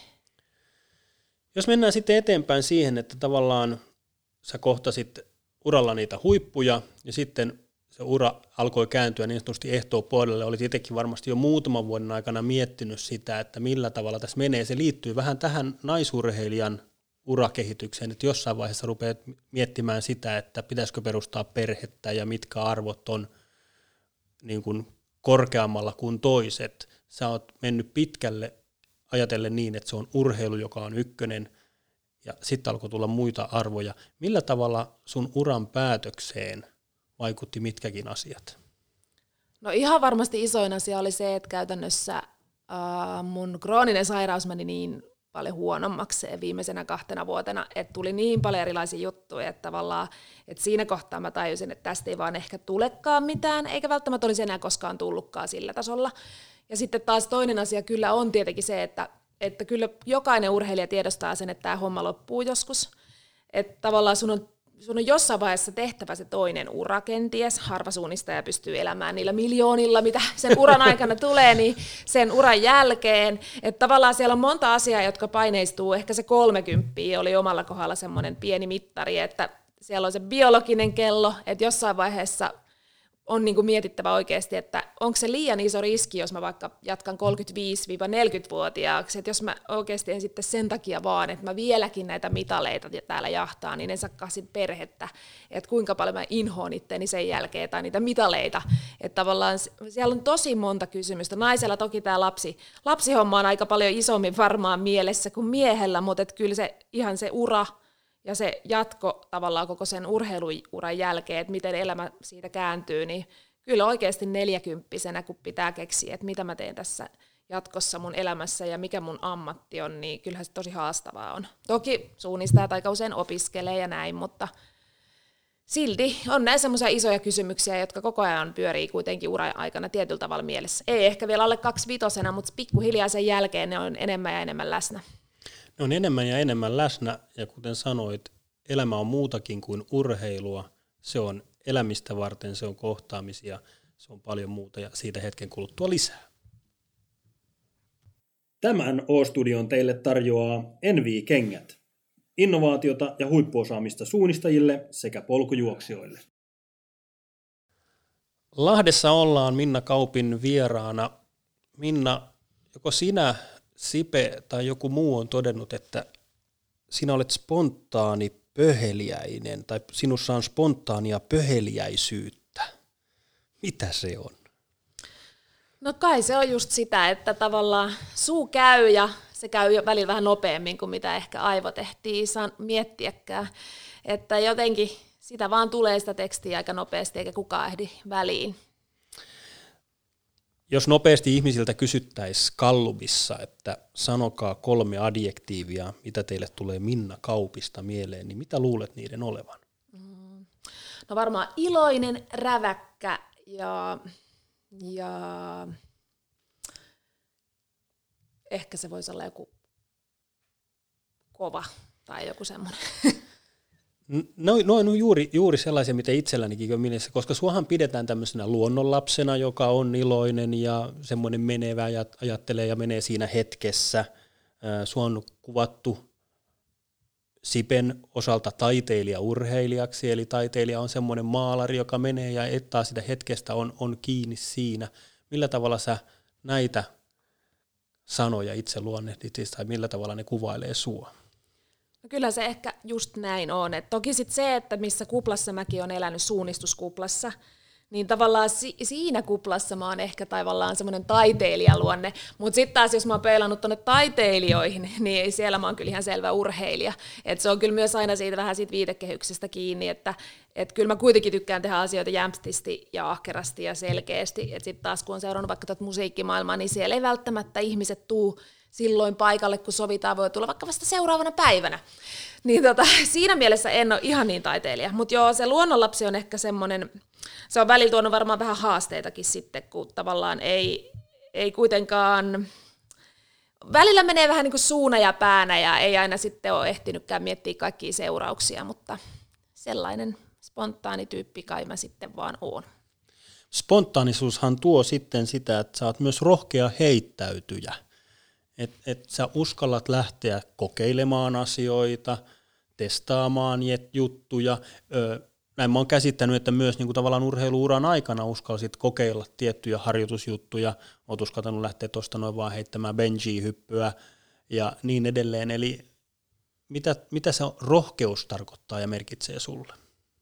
Jos mennään sitten eteenpäin siihen, että tavallaan sä kohtasit uralla niitä huippuja, ja sitten se ura alkoi kääntyä niin sanotusti ehtoopuolelle. Olit itsekin varmasti jo muutaman vuoden aikana miettinyt sitä, että millä tavalla tässä menee. Se liittyy vähän tähän naisurheilijan urakehitykseen, että jossain vaiheessa rupeat miettimään sitä, että pitäisikö perustaa perhettä ja mitkä arvot on niin kuin korkeammalla kuin toiset. Sä oot mennyt pitkälle ajatellen niin, että se on urheilu, joka on ykkönen, ja sitten alkoi tulla muita arvoja. Millä tavalla sun uran päätökseen vaikutti mitkäkin asiat? No ihan varmasti isoin asia oli se, että käytännössä mun krooninen sairaus meni niin paljon huonommaksi viimeisenä 2 vuotena, että tuli niin paljon erilaisia juttuja, että tavallaan että siinä kohtaa mä tajusin, että tästä ei vaan ehkä tulekaan mitään, eikä välttämättä olisi enää koskaan tullutkaan sillä tasolla. Ja sitten taas toinen asia kyllä on tietenkin se, että kyllä jokainen urheilija tiedostaa sen, että tämä homma loppuu joskus. Että tavallaan sun on jossain vaiheessa tehtävä se toinen ura kenties. Harva suunnistaja pystyy elämään niillä miljoonilla, mitä sen uran aikana tulee, niin sen uran jälkeen. Että tavallaan siellä on monta asiaa, jotka paineistuu. Ehkä se 30 oli omalla kohdalla semmoinen pieni mittari, että siellä on se biologinen kello, että jossain vaiheessa on niin kuin mietittävä oikeasti, että onko se liian iso riski, jos mä vaikka jatkan 35-40-vuotiaaksi, että jos mä oikeasti en sitten sen takia vaan, että mä vieläkin näitä mitaleita täällä jahtaan, niin en saakaan sit perhettä, että kuinka paljon mä inhoon itteni sen jälkeen tai niitä mitaleita, että tavallaan siellä on tosi monta kysymystä. Naisella toki tämä lapsihomma on aika paljon isommin varmaan mielessä kuin miehellä, mutta että kyllä se ihan se ura ja se jatko tavallaan koko sen urheiluuran jälkeen, että miten elämä siitä kääntyy, niin kyllä oikeasti 40-vuotiaana, kun pitää keksiä, että mitä mä teen tässä jatkossa mun elämässä ja mikä mun ammatti on, niin kyllähän se tosi haastavaa on. Toki suunnistajat aika usein opiskelee ja näin, mutta silti on näin semmoisia isoja kysymyksiä, jotka koko ajan pyörii kuitenkin uran aikana tietyllä tavalla mielessä. Ei ehkä vielä alle 25, mutta pikkuhiljaa sen jälkeen ne on enemmän ja enemmän läsnä. Ne on enemmän ja enemmän läsnä, ja kuten sanoit, elämä on muutakin kuin urheilua. Se on elämistä varten, se on kohtaamisia, se on paljon muuta, ja siitä hetken kuluttua lisää. Tämän O-studion teille tarjoaa NV-kengät. Innovaatiota ja huippuosaamista suunnistajille sekä polkujuoksijoille. Lahdessa ollaan Minna Kaupin vieraana. Minna, joko sinä, Sipe tai joku muu on todennut, että sinä olet spontaani pöheliäinen tai sinussa on spontaania pöheliäisyyttä. Mitä se on? No kai se on just sitä, että tavallaan suu käy ja se käy välillä vähän nopeammin kuin mitä ehkä aivot ehtii miettiäkään. Että jotenkin sitä vaan tulee sitä tekstiä aika nopeasti eikä kukaan ehdi väliin. Jos nopeasti ihmisiltä kysyttäisiin Gallupissa, että sanokaa 3 adjektiivia, mitä teille tulee Minna Kaupista mieleen, niin mitä luulet niiden olevan? No varmaan iloinen, räväkkä ja ehkä se voisi olla joku kova tai joku semmoinen. No juuri sellaisia, mitä itsellänikin on mielessä, koska suohan pidetään tämmöisenä luonnonlapsena, joka on iloinen ja semmoinen menevä ja ajattelee ja menee siinä hetkessä. Sua on kuvattu Sipen osalta taiteilija-urheilijaksi, eli taiteilija on semmoinen maalari, joka menee ja ettaa sitä hetkestä, on kiinni siinä. Millä tavalla sä näitä sanoja itse luonnehdit, tai millä tavalla ne kuvailee sua? No kyllä se ehkä just näin on. Et toki sit se, että missä kuplassa mäkin olen elänyt, suunnistuskuplassa, niin tavallaan siinä kuplassa mä oon ehkä tavallaan semmoinen taiteilijaluonne, mutta sitten taas jos mä oon peilannut tuonne taiteilijoihin, niin siellä mä oon kyllä ihan selvä urheilija. Et se on kyllä myös aina siitä vähän siitä viitekehyksestä kiinni, että kyllä mä kuitenkin tykkään tehdä asioita jämptisti ja ahkerasti ja selkeästi. Et sitten taas kun on seurannut vaikka tuota musiikkimaailmaa, niin siellä ei välttämättä ihmiset tuu silloin paikalle, kun sovitaan, voi tulla vaikka vasta seuraavana päivänä. Niin siinä mielessä en ole ihan niin taiteilija. Mutta joo, se luonnonlapsi on ehkä semmoinen, se on välillä tuonut varmaan vähän haasteitakin sitten, kun tavallaan ei kuitenkaan, välillä menee vähän niin kuin suuna ja päänä ja ei aina sitten ole ehtinytkään miettiä kaikkia seurauksia, mutta sellainen spontaani tyyppi kai mä sitten vaan oon. Spontaanisuushan tuo sitten sitä, että sä oot myös rohkea heittäytyjä. Että sä uskallat lähteä kokeilemaan asioita, testaamaan juttuja. Näin mä oon käsittänyt, että myös niin kuin tavallaan urheiluuran aikana uskalsit kokeilla tiettyjä harjoitusjuttuja. Oot uskaltanut lähteä tuosta noin vaan heittämään benji-hyppyä ja niin edelleen. Eli mitä se rohkeus tarkoittaa ja merkitsee sulle?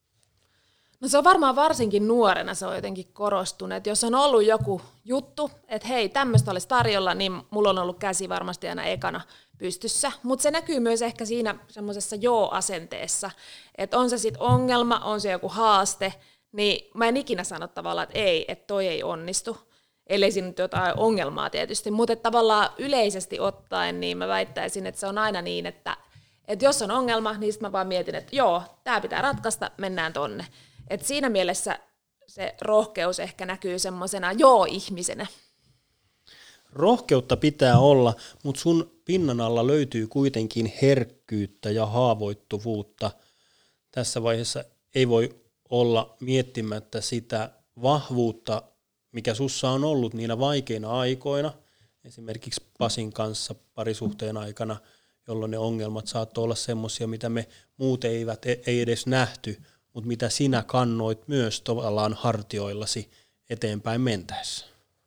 No se on varmaan varsinkin nuorena se on jotenkin korostunut, että jos on ollut joku juttu, että hei tämmöistä olisi tarjolla, niin mulla on ollut käsi varmasti aina ekana pystyssä, mutta se näkyy myös ehkä siinä semmoisessa joo-asenteessa, että on se sitten ongelma, on se joku haaste, niin mä en ikinä sano tavallaan, että ei, että toi ei onnistu, ellei siinä nyt jotain ongelmaa tietysti, mutta tavallaan yleisesti ottaen, niin mä väittäisin, että se on aina niin, että jos on ongelma, niin sitten mä vaan mietin, että joo, tää pitää ratkaista, mennään tonne. Et siinä mielessä se rohkeus ehkä näkyy semmoisena joo-ihmisenä. Rohkeutta pitää olla, mutta sun pinnan alla löytyy kuitenkin herkkyyttä ja haavoittuvuutta. Tässä vaiheessa ei voi olla miettimättä sitä vahvuutta, mikä sussa on ollut niinä vaikeina aikoina, esimerkiksi Pasin kanssa parisuhteen aikana, jolloin ne ongelmat saattoi olla semmoisia, mitä me muut ei edes nähty, mutta mitä sinä kannoit myös tavallaan hartioillasi eteenpäin mentäessä.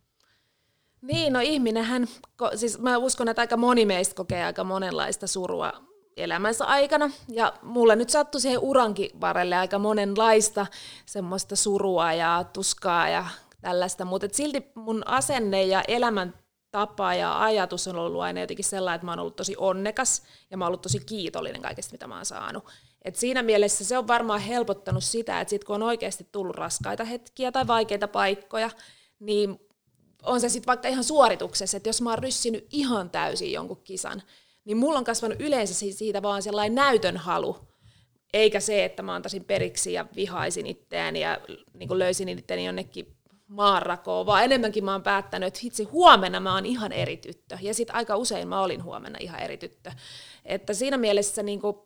Niin, no ihminenhän, siis mä uskon, että aika moni meistä kokee aika monenlaista surua elämänsä aikana, ja mulle nyt sattui siihen urankin varrelle aika monenlaista semmoista surua ja tuskaa ja tällaista, mutta silti mun asenne ja elämäntapa ja ajatus on ollut aina jotenkin sellainen, että mä oon ollut tosi onnekas ja mä oon ollut tosi kiitollinen kaikesta, mitä mä oon saanut. Et siinä mielessä se on varmaan helpottanut sitä, että sit kun on oikeasti tullut raskaita hetkiä tai vaikeita paikkoja, niin on se sitten vaikka ihan suorituksessa, että jos mä oon ryssinyt ihan täysin jonkun kisan, niin mulla on kasvanut yleensä siitä vaan sellainen näytön halu. eikä se, että mä antaisin periksi ja vihaisin itseäni ja niin kuin löysin itseäni jonnekin maanrakoon, vaan enemmänkin mä oon päättänyt, että hitsi, huomenna mä oon ihan eri tyttö. Ja sitten aika usein mä olin huomenna ihan eri tyttö. Että siinä mielessä niin kuin,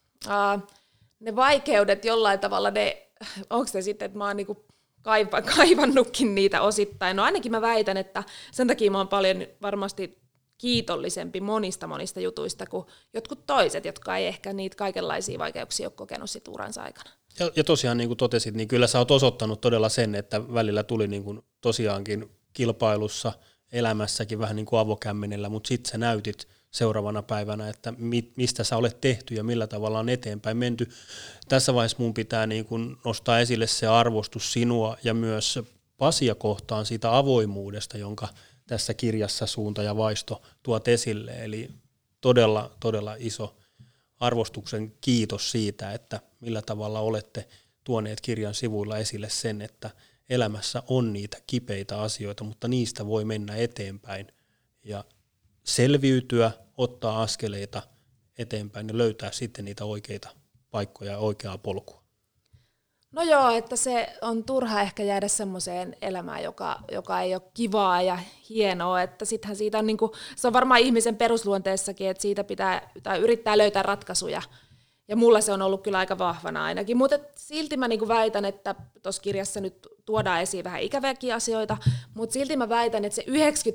ne vaikeudet jollain tavalla, onko se sitten, että mä oon niin kuin kaivannutkin niitä osittain. No ainakin mä väitän, että sen takia mä oon paljon varmasti kiitollisempi monista jutuista kuin jotkut toiset, jotka ei ehkä niitä kaikenlaisia vaikeuksia ole kokenut sit uransa aikana. Ja tosiaan niin kuin totesit, niin kyllä sä oot osoittanut todella sen, että välillä tuli niin kuin tosiaankin kilpailussa, elämässäkin vähän niin kuin avokämmenellä, mutta sitten sä näytit seuraavana päivänä, että mistä sä olet tehty ja millä tavalla on eteenpäin menty. Tässä vaiheessa mun pitää niin kuin nostaa esille se arvostus sinua ja myös Pasia kohtaan siitä avoimuudesta, jonka tässä kirjassa Suunta ja vaisto tuot esille. Eli todella, todella iso arvostuksen kiitos siitä, että millä tavalla olette tuoneet kirjan sivuilla esille sen, että elämässä on niitä kipeitä asioita, mutta niistä voi mennä eteenpäin ja selviytyä, ottaa askeleita eteenpäin ja löytää sitten niitä oikeita paikkoja ja oikeaa polkua. No joo, että se on turha ehkä jäädä semmoiseen elämään, joka ei ole kivaa ja hienoa, että sittenhän siitä on niinku, se on varmaan ihmisen perusluonteessakin, että siitä pitää tai yrittää löytää ratkaisuja. Ja mulla se on ollut kyllä aika vahvana ainakin, mutta silti mä niinku väitän, että tuossa kirjassa nyt tuodaan esiin vähän ikäviäkin asioita, mutta silti mä väitän, että se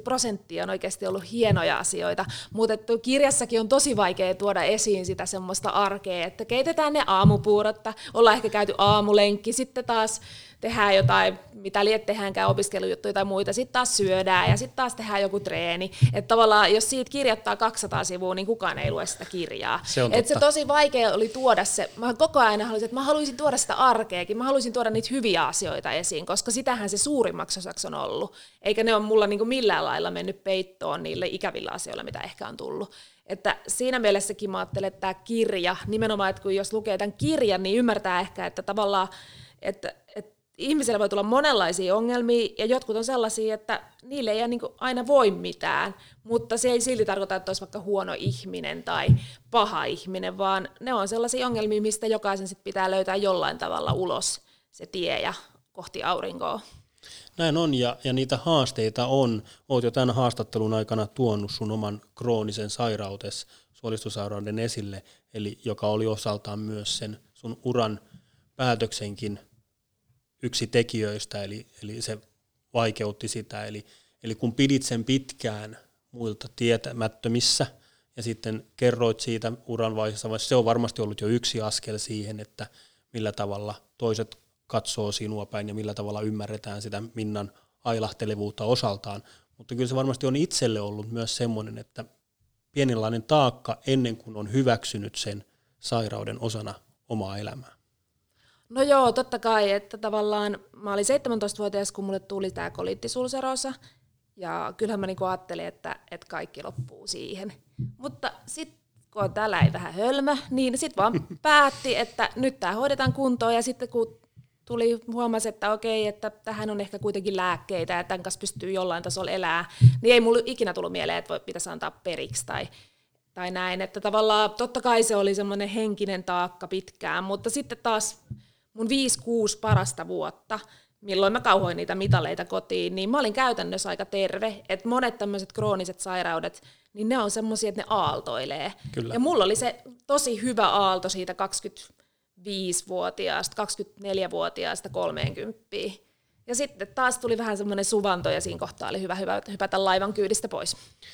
90% on oikeasti ollut hienoja asioita, mutta kirjassakin on tosi vaikea tuoda esiin sitä semmoista arkea, että keitetään ne aamupuurot, ollaan ehkä käyty aamulenkki, sitten taas tehdään jotain, mitä liet tehdäänkään, opiskelujuttuja tai muita, sitten taas syödään ja sitten taas tehdään joku treeni. Että tavallaan, jos siitä kirjoittaa 200 sivua, niin kukaan ei lue sitä kirjaa. Se tosi vaikea oli tuoda se, mä koko ajan halusin, että mä haluaisin tuoda sitä arkeakin, mä haluaisin tuoda niitä hyviä asioita esiin, koska sitähän se suurimmaksi osaksi on ollut. Eikä ne ole mulla niin kuin millään lailla mennyt peittoon niille ikävillä asioilla, mitä ehkä on tullut. Että siinä mielessäkin mä ajattelen, että tämä kirja, nimenomaan, että kun jos lukee tämän kirjan, niin ymmärtää ehkä, että tavallaan, että ihmisellä voi tulla monenlaisia ongelmia, ja jotkut on sellaisia, että niille ei niin kuin aina voi mitään, mutta se ei silti tarkoita, että olisi vaikka huono ihminen tai paha ihminen, vaan ne on sellaisia ongelmia, mistä jokaisen sit pitää löytää jollain tavalla ulos se tie ja kohti aurinkoa. Näin on, ja niitä haasteita on. Olet jo tämän haastattelun aikana tuonut sun oman kroonisen sairautesi, suolistosairauden esille, eli joka oli osaltaan myös sen sun uran päätöksenkin yksi tekijöistä, eli se vaikeutti sitä. Eli kun pidit sen pitkään muilta tietämättömissä ja sitten kerroit siitä uran vaiheessa, se on varmasti ollut jo yksi askel siihen, että millä tavalla toiset katsoo sinua päin ja millä tavalla ymmärretään sitä Minnan ailahtelevuutta osaltaan. Mutta kyllä se varmasti on itselle ollut myös semmoinen, että pienenlainen taakka ennen kuin on hyväksynyt sen sairauden osana omaa elämää. No joo, totta kai, että tavallaan mä olin 17-vuotias, kun mulle tuli tämä koliittisulserosa, ja kyllähän mä niinku ajattelin, että kaikki loppuu siihen. Mutta sitten kun on tällä vähän hölmö, niin sitten vaan päätti, että nyt tämä hoidetaan kuntoon, ja sitten kun huomasi, että okei, että tähän on ehkä kuitenkin lääkkeitä, ja tämän kanssa pystyy jollain tasolla elämään, niin ei mulle ikinä tullut mieleen, että pitäisi antaa periksi tai näin. Että tavallaan totta kai se oli semmoinen henkinen taakka pitkään, mutta sitten taas mun 5-6 parasta vuotta, milloin mä kauhoin niitä mitaleita kotiin, niin mä olin käytännössä aika terve. Että monet tämmöiset krooniset sairaudet, niin ne on semmoisia, että ne aaltoilee. Kyllä. Ja mulla oli se tosi hyvä aalto siitä 25-vuotiaasta, 24-vuotiaasta 30. Ja sitten taas tuli vähän semmoinen suvanto, ja siinä kohtaa oli hyvä hypätä laivan kyydistä pois.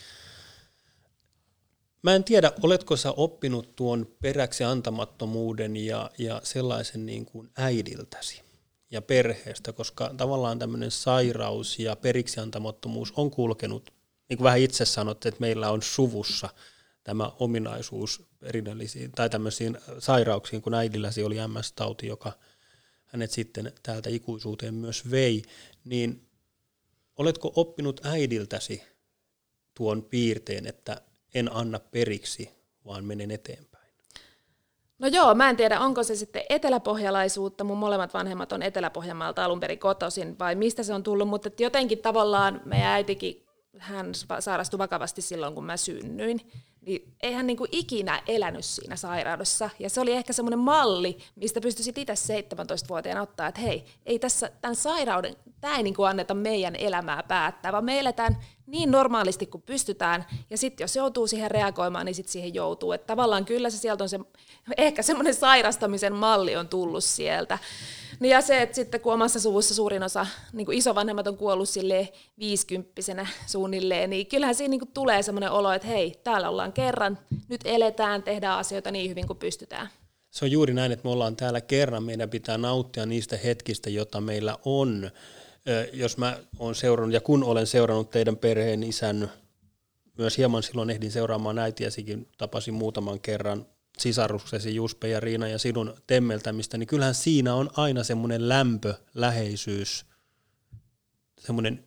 Mä en tiedä, oletko sä oppinut tuon peräksi antamattomuuden ja sellaisen niin kuin äidiltäsi ja perheestä, koska tavallaan tämmöinen sairaus ja periksi antamattomuus on kulkenut, niin kuin vähän itse sanot, että meillä on suvussa tämä ominaisuus perinnöllisiin tai tämmöisiin sairauksiin, kun äidilläsi oli MS-tauti, joka hänet sitten täältä ikuisuuteen myös vei, niin oletko oppinut äidiltäsi tuon piirteen, että en anna periksi, vaan menen eteenpäin? No joo, mä en tiedä, onko se sitten eteläpohjalaisuutta, mun molemmat vanhemmat on Etelä-Pohjanmaalta alun perin kotoisin, vai mistä se on tullut, mutta jotenkin tavallaan meidän äitikin, hän sairastui vakavasti silloin, kun mä synnyin, niin ei hän niin kuin ikinä elänyt siinä sairaudessa. Ja se oli ehkä semmoinen malli, mistä pystyisit itse 17-vuotiaana ottaa, että hei, ei tässä tämän sairauden, tämä ei niin kuin anneta meidän elämää päättää, vaan me eletään niin normaalisti kuin pystytään, ja sitten jos joutuu siihen reagoimaan, niin sitten siihen joutuu. Että tavallaan kyllä se sieltä on se, ehkä semmoinen sairastamisen malli on tullut sieltä. No ja se, että sitten kun omassa suvussa suurin osa niin kuin isovanhemmat on kuollut silleen 50-vuotiaana suunnilleen, niin kyllähän siinä niin kuin tulee semmoinen olo, että hei, täällä ollaan kerran, nyt eletään, tehdään asioita niin hyvin kuin pystytään. Se on juuri näin, että me ollaan täällä kerran, meidän pitää nauttia niistä hetkistä, joita meillä on. Jos mä oon seurannut ja kun olen seurannut teidän perheen isän, myös hieman silloin ehdin seuraamaan äitiäsikin, tapasin muutaman kerran sisaruksesi Juspe ja Riina ja sinun temmeltämistä, niin kyllähän siinä on aina semmoinen lämpö, läheisyys, semmoinen,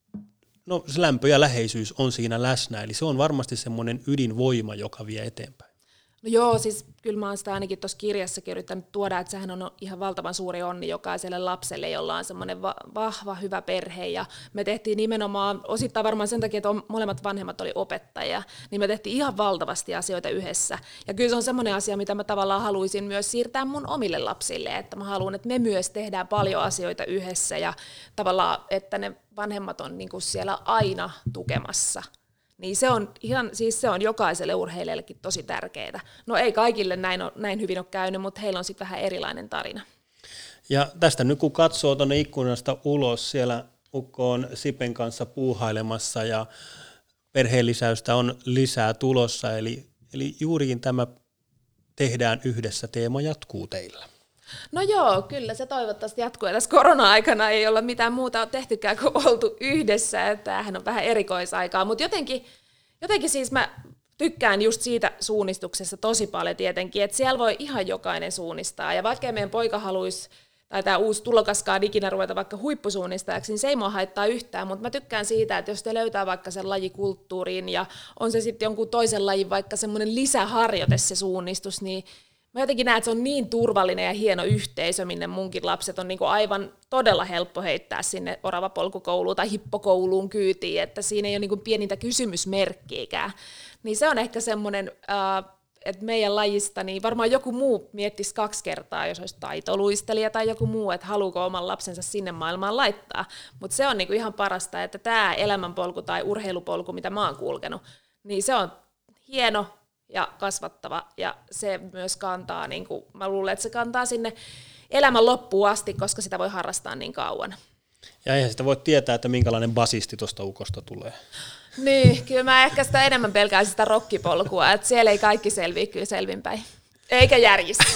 no se lämpö ja läheisyys on siinä läsnä, eli se on varmasti semmoinen ydinvoima, joka vie eteenpäin. No joo, siis kyllä mä oon sitä ainakin tuossa kirjassakin yrittänyt tuoda, että sehän on ihan valtavan suuri onni jokaiselle lapselle, jolla on semmoinen vahva, hyvä perhe, ja me tehtiin nimenomaan, osittain varmaan sen takia, että molemmat vanhemmat oli opettajia, niin me tehtiin ihan valtavasti asioita yhdessä, ja kyllä se on semmoinen asia, mitä mä tavallaan haluaisin myös siirtää mun omille lapsille, että mä haluan, että me myös tehdään paljon asioita yhdessä, ja tavallaan, että ne vanhemmat on niinku siellä aina tukemassa. Niin se on ihan, siis se on jokaiselle urheilijallekin tosi tärkeää. No ei kaikille näin hyvin ole käynyt, mutta heillä on sitten vähän erilainen tarina. Ja tästä nyt kun katsoo tuonne ikkunasta ulos, siellä ukko on Sipen kanssa puuhailemassa ja perheenlisäystä on lisää tulossa, eli juurikin tämä tehdään yhdessä teema jatkuu teillä. No joo, kyllä se toivottavasti jatkuu. Ja tässä korona-aikana ei olla mitään muuta tehtykään kuin oltu yhdessä. Että tämähän on vähän erikoisaikaa, mutta jotenkin siis mä tykkään just siitä suunnistuksessa tosi paljon tietenkin, että siellä voi ihan jokainen suunnistaa. Ja vaikka meidän poika haluaisi, tai tämä uusi tulokaskaan ikinä ruveta vaikka huippusuunnistajaksi, niin se ei mua haittaa yhtään, mutta mä tykkään siitä, että jos te löytää vaikka sen lajikulttuurin ja on se sitten jonkun toisen lajin vaikka semmoinen lisäharjoite se suunnistus, niin mä jotenkin näen, että se on niin turvallinen ja hieno yhteisö, minne munkin lapset on niinku aivan todella helppo heittää sinne oravapolkukouluun tai hippokouluun kyytiin, että siinä ei ole niinku pienintä kysymysmerkkiäkään. Niin se on ehkä semmoinen, että meidän lajista niin varmaan joku muu miettisi 2 kertaa, jos olisi taitoluistelija tai joku muu, että haluuko oman lapsensa sinne maailmaan laittaa. Mutta se on niinku ihan parasta, että tämä elämänpolku tai urheilupolku, mitä mä oon kulkenut, niin se on hieno ja kasvattava, ja se myös kantaa, niin kuin mä luulen, että se kantaa sinne elämän loppuun asti, koska sitä voi harrastaa niin kauan. Ja eihän sitä voi tietää, että minkälainen basisti tuosta ukosta tulee. Niin, kyllä mä ehkä sitä enemmän pelkään sitä rokkipolkua, että siellä ei kaikki selviä kyllä selvinpäin. Eikä järjistä.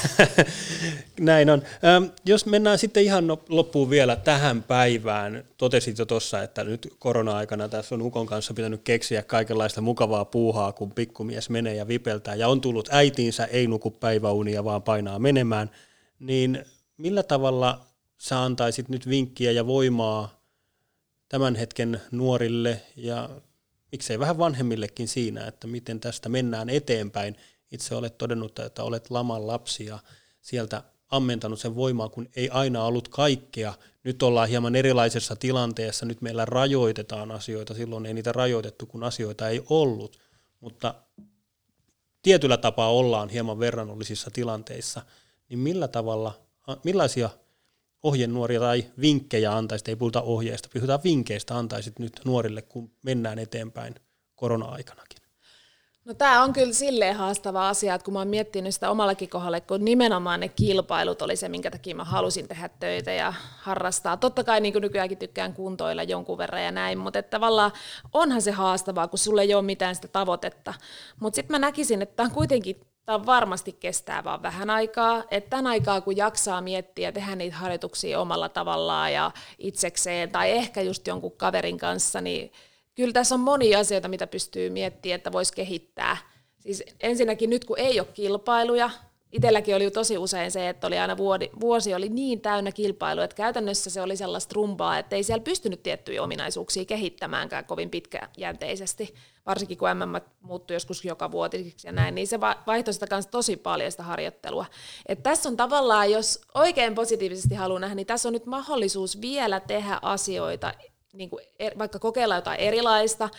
Näin on. Jos mennään sitten ihan loppuun vielä tähän päivään. Totesit jo tuossa, että nyt korona-aikana tässä on ukon kanssa pitänyt keksiä kaikenlaista mukavaa puuhaa, kun pikkumies menee ja vipeltää. Ja on tullut äitiinsä, ei nuku päiväunia, vaan painaa menemään. Niin millä tavalla sä antaisit nyt vinkkiä ja voimaa tämän hetken nuorille ja miksei vähän vanhemmillekin siinä, että miten tästä mennään eteenpäin? Itse olet todennut, että olet laman lapsi ja sieltä ammentanut sen voimaa, kun ei aina ollut kaikkea. Nyt ollaan hieman erilaisessa tilanteessa, nyt meillä rajoitetaan asioita, silloin ei niitä rajoitettu, kun asioita ei ollut. Mutta tietyllä tapaa ollaan hieman verrannollisissa tilanteissa, niin millaisia ohjenuoria tai vinkkejä antaisit, ei puhuta ohjeista, puhutaan vinkkeistä antaisit nyt nuorille, kun mennään eteenpäin korona-aikanakin? No tämä on kyllä silleen haastava asia, että kun mä oon miettinyt sitä omallakin kohdalle, kun nimenomaan ne kilpailut oli se, minkä takia mä halusin tehdä töitä ja harrastaa. Totta kai niin kuin nykyäänkin tykkään kuntoilla jonkun verran ja näin, mutta että tavallaan onhan se haastavaa, kun sulla ei ole mitään sitä tavoitetta. Mutta sitten mä näkisin, että tämä varmasti kestää vaan vähän aikaa, että tämän aikaa kun jaksaa miettiä ja tehdä niitä harjoituksia omalla tavallaan ja itsekseen tai ehkä just jonkun kaverin kanssa, niin kyllä tässä on monia asioita, mitä pystyy miettimään, että voisi kehittää. Siis ensinnäkin nyt, kun ei ole kilpailuja, itselläkin oli tosi usein se, että oli aina vuosi oli niin täynnä kilpailuja, että käytännössä se oli sellaista rumbaa, että ei siellä pystynyt tiettyjä ominaisuuksia kehittämäänkään kovin pitkäjänteisesti, varsinkin kun MM muuttui joskus joka vuotisiksi ja näin, niin se vaihtoi sitä kanssa tosi paljon sitä harjoittelua. Et tässä on tavallaan, jos oikein positiivisesti haluaa nähdä, niin tässä on nyt mahdollisuus vielä tehdä asioita, niin kuin vaikka kokeilla jotain erilaista,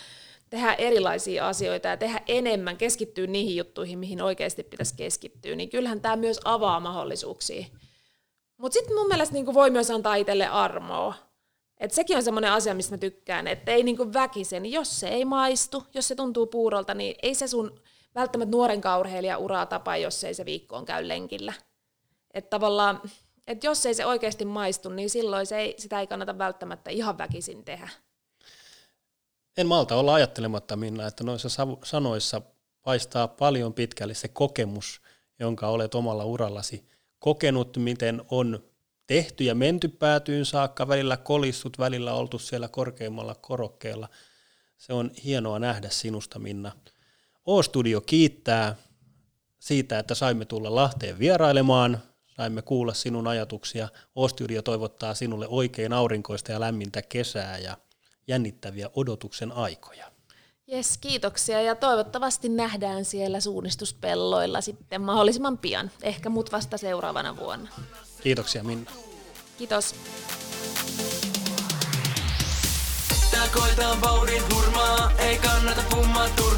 tehdä erilaisia asioita ja tehdä enemmän, keskittyä niihin juttuihin, mihin oikeasti pitäisi keskittyä, niin kyllähän tämä myös avaa mahdollisuuksia. Mutta sitten mun mielestä niin voi myös antaa itselle armoa. Et sekin on semmoinen asia, mistä mä tykkään, että ei niin väkisen, jos se ei maistu, jos se tuntuu puurolta, niin ei se sun välttämättä nuoren kaurheilijan uraa tapa, jos ei se viikkoon käy lenkillä. Että tavallaan, että jos ei se oikeasti maistu, niin silloin sitä ei kannata välttämättä ihan väkisin tehdä. En malta olla ajattelematta, Minna, että noissa sanoissa paistaa paljon pitkälle se kokemus, jonka olet omalla urallasi kokenut, miten on tehty ja menty päätyyn saakka, välillä kolissut, välillä oltu siellä korkeimmalla korokkeella. Se on hienoa nähdä sinusta, Minna. O-Studio kiittää siitä, että saimme tulla Lahteen vierailemaan, saimme kuulla sinun ajatuksia. O-Studio toivottaa sinulle oikein aurinkoista ja lämmintä kesää ja jännittäviä odotuksen aikoja. Jes, kiitoksia ja toivottavasti nähdään siellä suunnistuspelloilla sitten mahdollisimman pian. Ehkä mut vasta seuraavana vuonna. Kiitoksia, Minna. Kiitos. Tää koetaan vauhdin hurmaa, ei kannata pummaa.